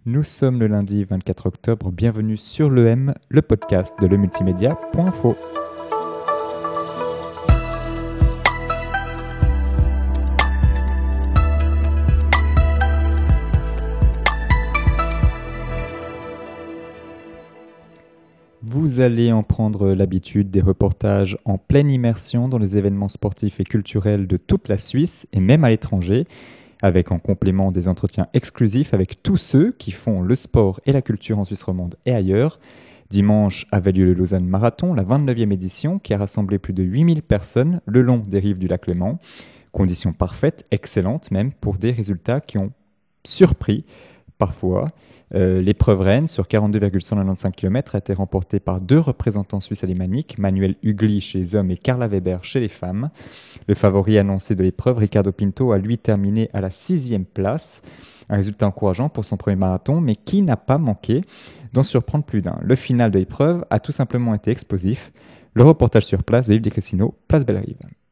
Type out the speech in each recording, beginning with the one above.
Nous sommes le lundi 24 octobre, bienvenue sur l'EM, le podcast de lemultimédia.info. Vous allez en prendre l'habitude, des reportages en pleine immersion dans les événements sportifs et culturels de toute la Suisse et même à l'étranger, avec en complément des entretiens exclusifs avec tous ceux qui font le sport et la culture en Suisse romande et ailleurs. Dimanche avait lieu le Lausanne Marathon, la 29e édition, qui a rassemblé plus de 8000 personnes le long des rives du lac Léman. Conditions parfaites, excellentes même, pour des résultats qui ont surpris parfois. L'épreuve reine sur 42,195 km a été remportée par deux représentants suisses alémaniques, Manuel Hugli chez les hommes et Carla Weber chez les femmes. Le favori annoncé de l'épreuve, Ricardo Pinto, a lui terminé à la 6e place. Un résultat encourageant pour son premier marathon, mais qui n'a pas manqué d'en surprendre plus d'un. Le final de l'épreuve a tout simplement été explosif. Le reportage sur place de Yves Descrissino, place Bellerive.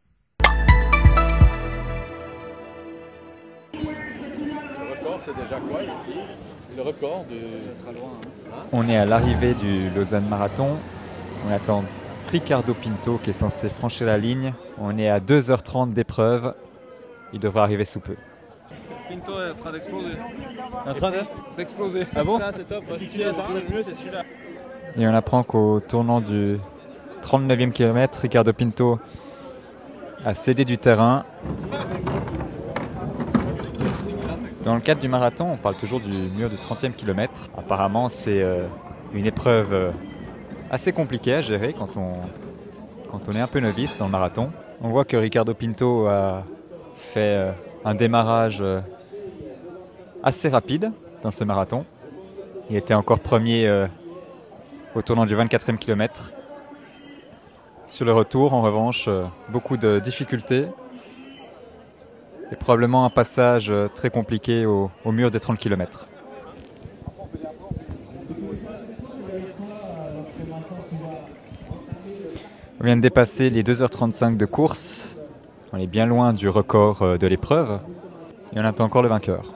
C'est déjà quoi ici? Le record de... Ça sera loin. Hein? On est à l'arrivée du Lausanne Marathon. On attend Ricardo Pinto qui est censé franchir la ligne. On est à 2h30 d'épreuve. Il devrait arriver sous peu. Pinto est en train d'exploser. En train d'exploser. Ah bon? Ça c'est top. Le mieux c'est celui-là. Et on apprend qu'au tournant du 39e kilomètre, Ricardo Pinto a cédé du terrain. Dans le cadre du marathon, on parle toujours du mur du 30e kilomètre. Apparemment, c'est une épreuve assez compliquée à gérer quand on est un peu novice dans le marathon. On voit que Ricardo Pinto a fait un démarrage assez rapide dans ce marathon. Il était encore premier au tournant du 24e kilomètre. Sur le retour, en revanche, beaucoup de difficultés. Et probablement un passage très compliqué au mur des 30 km. On vient de dépasser les 2h35 de course. On est bien loin du record de l'épreuve. Et on attend encore le vainqueur.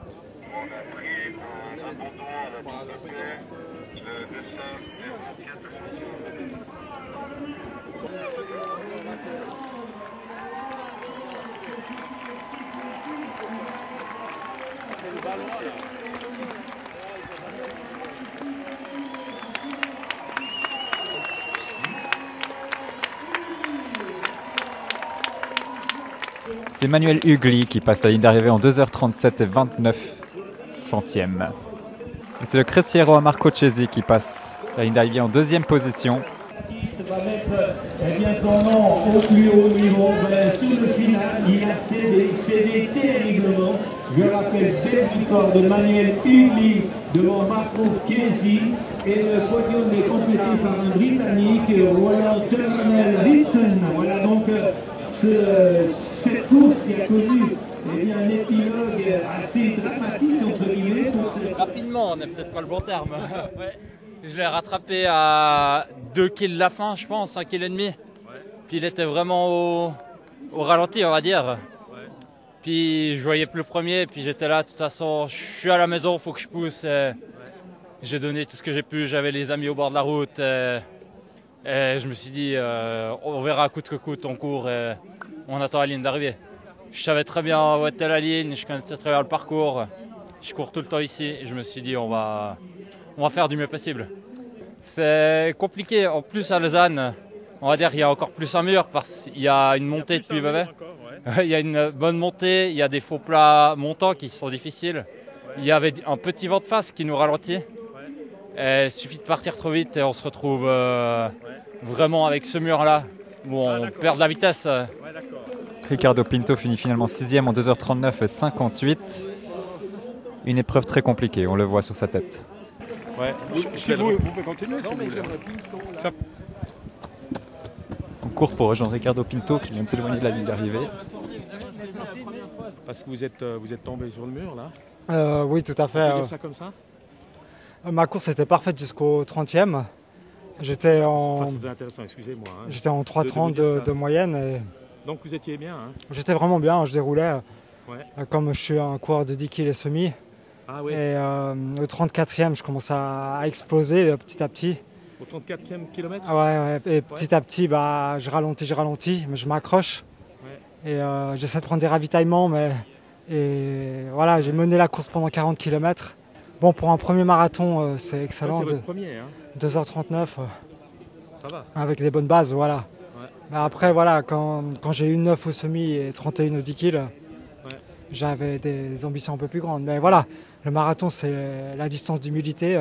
C'est Manuel Hugli qui passe la ligne d'arrivée en 2h37 et 29 centièmes. Et c'est le Cressiero Marco Cesi qui passe la ligne d'arrivée en deuxième position. Va mettre son nom au plus haut niveau. Sur le final, il a cédé terriblement. Je rappelle belle victoire de Manuel Hugli devant Marco Chiesi et le podium est complété par un Britannique, Roland Terminal Wilson. Voilà donc cette course qui a connu un épilogue assez dramatique entre guillemets. Rapidement, on n'est peut-être pas le bon terme. Ouais. Je l'ai rattrapé à 2 kills la fin, je pense, 1,5 kg. Puis il était vraiment au ralenti, on va dire. Ouais. Puis je voyais plus le premier, puis j'étais là, de toute façon, je suis à la maison, il faut que je pousse. J'ai donné tout ce que j'ai pu, j'avais les amis au bord de la route. Et je me suis dit, on verra coûte que coûte, on court et on attend la ligne d'arrivée. Je savais très bien où était la ligne, je connaissais très bien le parcours. Je cours tout le temps ici et je me suis dit, on va faire du mieux possible. C'est compliqué, en plus à Lausanne, on va dire qu'il y a encore plus un mur parce qu'il y a une montée depuis Vevey. Il y a une bonne montée, il y a des faux plats montants qui sont difficiles. Ouais. Il y avait un petit vent de face qui nous ralentit. Ouais. Il suffit de partir trop vite et on se retrouve vraiment avec ce mur-là où on perd de la vitesse. Ouais, Ricardo Pinto finit finalement 6e en 2h39 et 58. Une épreuve très compliquée, on le voit sur sa tête. Ouais. Si vous pouvez continuer si vous voulez. On court pour rejoindre Ricardo Pinto qui vient de s'éloigner de la ligne d'arrivée. Parce que vous êtes tombé sur le mur là. Oui, tout à fait. On peut dire ça comme ça. Ma course était parfaite jusqu'au 30e. J'étais en 3,30 de moyenne. Et donc vous étiez bien. Hein. J'étais vraiment bien, je déroulais. Ouais. Comme je suis un coureur de 10 kg et semi, Ah oui. Et au 34e, je commence à exploser petit à petit. Au 34e kilomètre. Ah ouais, et petit à petit, bah, je ralentis, mais je m'accroche. Ouais. Et j'essaie de prendre des ravitaillements, et voilà, j'ai mené la course pendant 40 km. Bon, pour un premier marathon, c'est Ouais, excellent. c'est votre premier, hein. 2h39, Ça va. avec les bonnes bases, voilà. Ouais. Mais après, voilà, quand j'ai eu 9 au semi et 31 au 10 kg, j'avais des ambitions un peu plus grandes. Mais voilà, le marathon, c'est la distance d'humilité.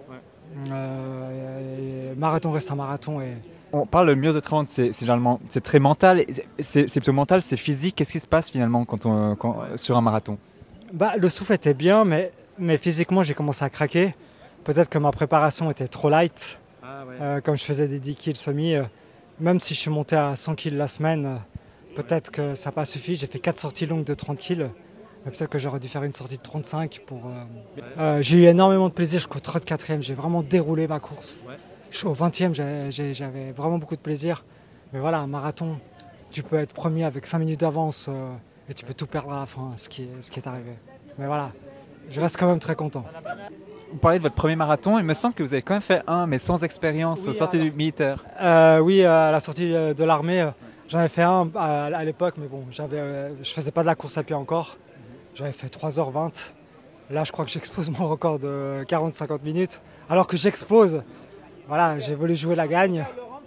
Et marathon reste un marathon. Et On parle le mur de 30, c'est généralement c'est très mental, c'est plutôt mental, c'est physique. Qu'est-ce qui se passe finalement sur un marathon? bah, le souffle était bien, mais physiquement, j'ai commencé à craquer. Peut-être que ma préparation était trop light. Ah ouais. Comme je faisais des 10 kg semi, même si je suis monté à 100 kg la semaine, peut-être que ça n'a pas suffi. J'ai fait 4 sorties longues de 30 kg. Mais peut-être que j'aurais dû faire une sortie de 35 pour. J'ai eu énormément de plaisir jusqu'au 34e. J'ai vraiment déroulé ma course. Ouais. Au 20e, j'avais vraiment beaucoup de plaisir. Mais voilà, un marathon, tu peux être premier avec 5 minutes d'avance et tu peux tout perdre à la fin, ce qui est arrivé. Mais voilà, je reste quand même très content. Vous parlez de votre premier marathon, il me semble que vous avez quand même fait un, mais sans expérience, Oui, sortie du militaire. Oui, à la sortie de l'armée, j'en avais fait un à l'époque, mais bon, je faisais pas de la course à pied encore. J'avais fait 3h20. Là, je crois que j'explose mon record de 40-50 minutes. Alors que j'explose, voilà, j'ai voulu jouer la gagne.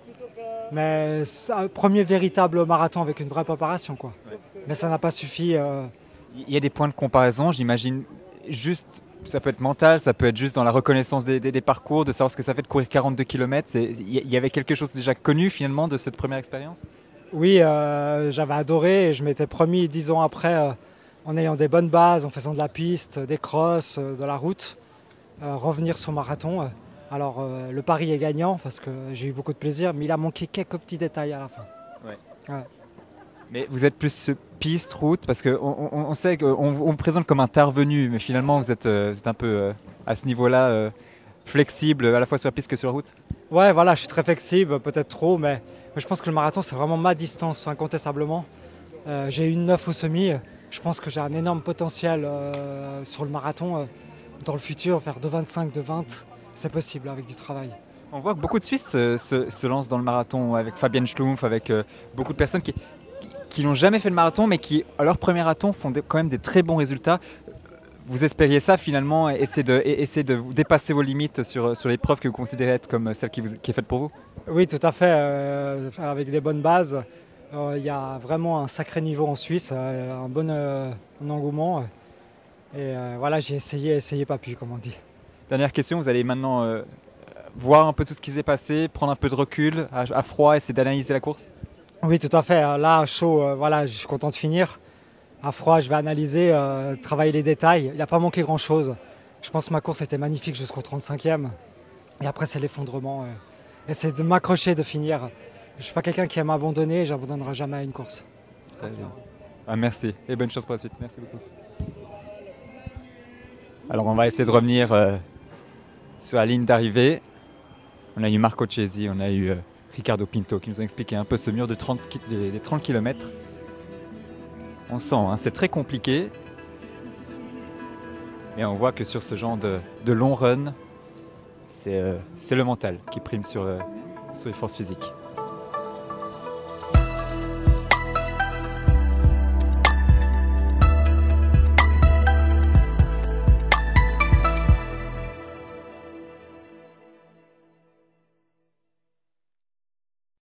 Mais c'est un premier véritable marathon avec une vraie préparation, quoi. Mais ça n'a pas suffi. Il y a des points de comparaison, j'imagine, juste, ça peut être mental, ça peut être juste dans la reconnaissance des parcours, de savoir ce que ça fait de courir 42 km. Il y avait quelque chose déjà connu finalement de cette première expérience? Oui, j'avais adoré et je m'étais promis 10 ans après, en ayant des bonnes bases, en faisant de la piste, des crosses, de la route, revenir sur marathon. Alors le pari est gagnant parce que j'ai eu beaucoup de plaisir, mais il a manqué quelques petits détails à la fin. Ouais. Mais vous êtes plus piste, route, parce qu'on sait qu'on vous présente comme un intervenu, mais finalement vous êtes un peu à ce niveau-là flexible, à la fois sur la piste que sur la route. Ouais, voilà, je suis très flexible, peut-être trop, mais je pense que le marathon c'est vraiment ma distance, incontestablement. J'ai eu une 9 au semi, je pense que j'ai un énorme potentiel sur le marathon. Dans le futur, faire 2,25, 2,20, c'est possible avec du travail. On voit que beaucoup de Suisses se lancent dans le marathon, avec Fabienne Schlumpf, avec beaucoup de personnes qui n'ont jamais fait le marathon, mais qui, à leur premier marathon, font quand même des très bons résultats. Vous espériez ça finalement, essayer de dépasser vos limites sur l'épreuve que vous considérez être comme celle qui est faite pour vous? Oui, tout à fait, avec des bonnes bases. Il y a vraiment un sacré niveau en Suisse, un bon engouement. Et voilà, j'ai essayé, pas pu, comme on dit. Dernière question, vous allez maintenant voir un peu tout ce qui s'est passé, prendre un peu de recul, à froid, essayer d'analyser la course? Oui, tout à fait. Là, à chaud, voilà, je suis content de finir. À froid, je vais analyser, travailler les détails. Il n'a pas manqué grand-chose. Je pense que ma course était magnifique jusqu'au 35e. Et après, c'est l'effondrement. Essayer de m'accrocher, de finir. Je ne suis pas quelqu'un qui aime abandonner et j'abandonnerai jamais à une course. Très bien. Ah, merci et bonne chance pour la suite. Merci beaucoup. Alors, on va essayer de revenir sur la ligne d'arrivée. On a eu Marco Cesi, on a eu Ricardo Pinto qui nous ont expliqué un peu ce mur des 30 km. On sent, hein, c'est très compliqué. Mais on voit que sur ce genre de long run, c'est le mental qui prime sur les forces physiques.